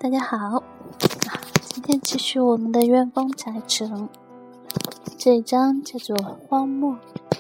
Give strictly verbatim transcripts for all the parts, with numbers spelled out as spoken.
大家好，今天继续我们的怨风柴城，这一章叫做荒漠。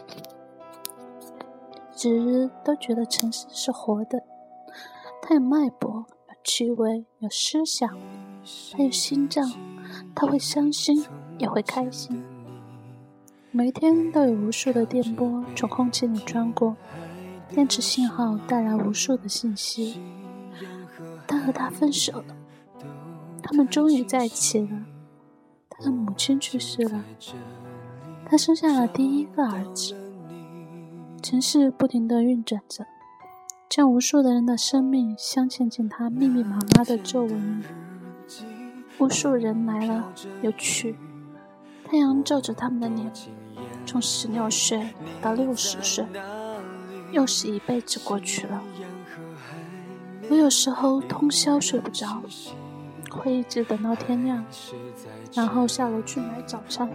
一直都觉得城市是活的，它有脉搏，有气味，有思想，它有心脏，它会伤心也会开心。每天都有无数的电波从空气里穿过，电池信号带来无数的信息。他和她分手了，他们终于在一起了。他的母亲去世了，他生下了第一个儿子。城市不停地运转着，将无数的人的生命镶嵌进他密密麻麻的皱纹里。无数人来了又去，太阳照着他们的脸，从十六岁到六十岁，又是一辈子过去了。我有时候通宵睡不着，会一直等到天亮，然后下楼去买早餐，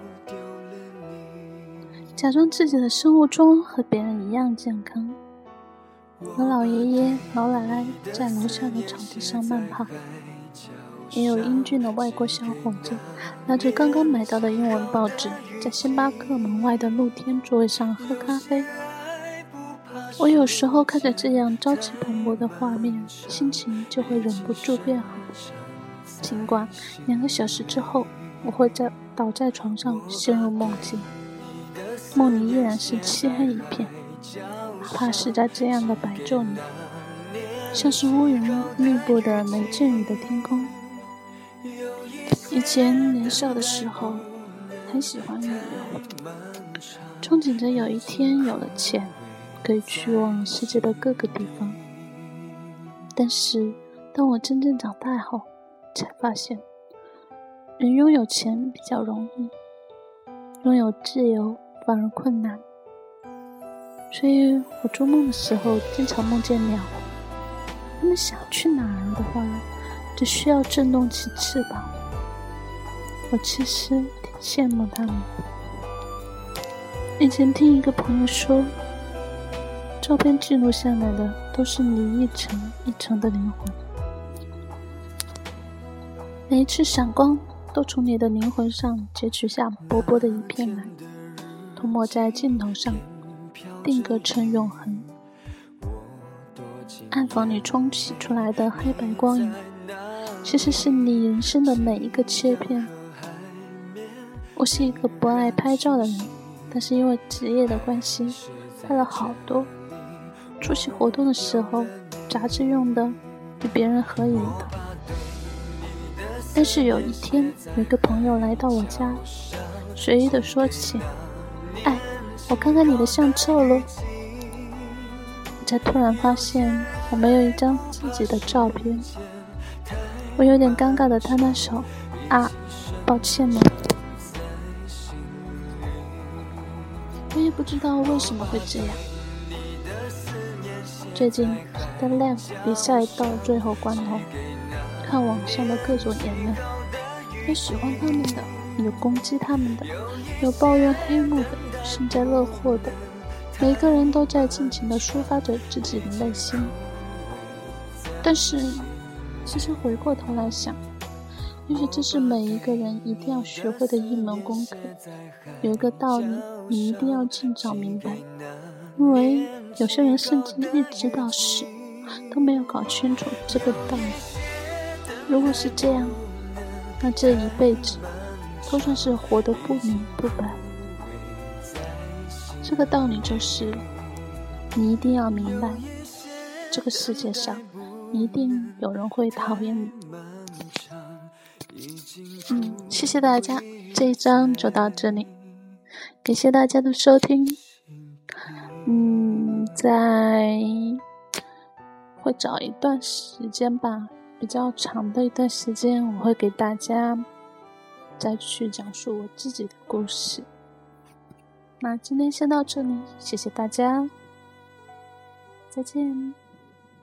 假装自己的生物钟和别人一样健康。有老爷爷老奶奶在楼下的草地上慢跑，也有英俊的外国小伙子拿着刚刚买到的英文报纸，在星巴克门外的露天座位上喝咖啡。我有时候看着这样朝气蓬勃的画面，心情就会忍不住变好。尽管两个小时之后，我会在倒在床上陷入梦境，梦里依然是漆黑一片，哪怕是在这样的白昼里，像是乌云密布的没阵雨的天空。以前年少的时候，很喜欢旅游，憧憬着有一天有了钱，可以去往世界的各个地方。但是当我真正长大后，才发现人拥有钱比较容易，拥有自由反而困难。所以我做梦的时候经常梦见鸟，它们想去哪儿的话，只需要振动起翅膀。我其实挺羡慕它们。以前听一个朋友说，照片记录下来的都是你一层一层的灵魂，每一次闪光都从你的灵魂上截取下薄薄的一片来，涂抹在镜头上，定格成永恒。暗房里冲洗出来的黑白光影，其实是你人生的每一个切片。我是一个不爱拍照的人，但是因为职业的关系，拍了好多。出席活动的时候，杂志用的，与别人合影的。但是有一天，有一个朋友来到我家，随意地说起：“哎，我看看你的相册咯。”我才突然发现，我没有一张自己的照片。我有点尴尬地摊摊手：“啊，抱歉呢。”我也不知道为什么会这样。最近在 Live 比赛到最后关头，看网上的各种言论，有喜欢他们的，有攻击他们的，有抱怨黑幕的，幸灾乐祸的，每个人都在尽情地抒发着自己的内心。但是其实回过头来想，也许这是每一个人一定要学会的一门功课。有一个道理你一定要尽早明白，因为有些人甚至一直到死都没有搞清楚这个道理。如果是这样，那这一辈子都算是活得不明不白。这个道理就是，你一定要明白，这个世界上一定有人会讨厌你。嗯，谢谢大家，这一章就到这里，感谢大家的收听。嗯，在会找一段时间吧，比较长的一段时间，我会给大家再去讲述我自己的故事。那今天先到这里，谢谢大家，再见。